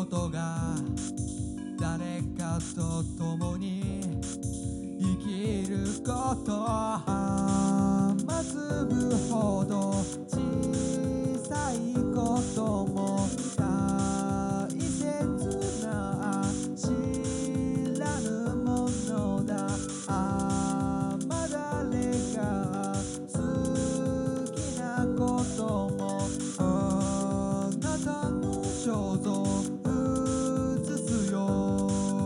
ことが誰かと共に生きることまっすぐほど小さいことも大切な知らぬものだまだ誰が好きなこともあなたの肖像映すよ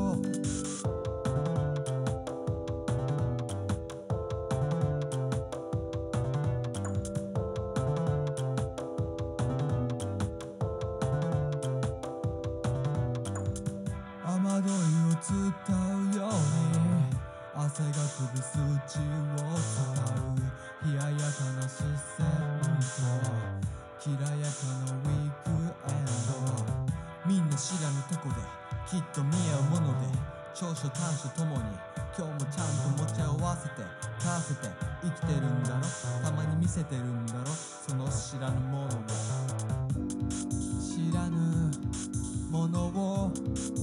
雨どいを伝うように汗が飛び筋を伝う冷ややかな視線ときらやかなウィークエンドみんな知らぬとこできっと見合うもので長所短所ともに今日もちゃんと持ち合わせて足せて生きてるんだろたまに見せてるんだろその知らぬものを知らぬものを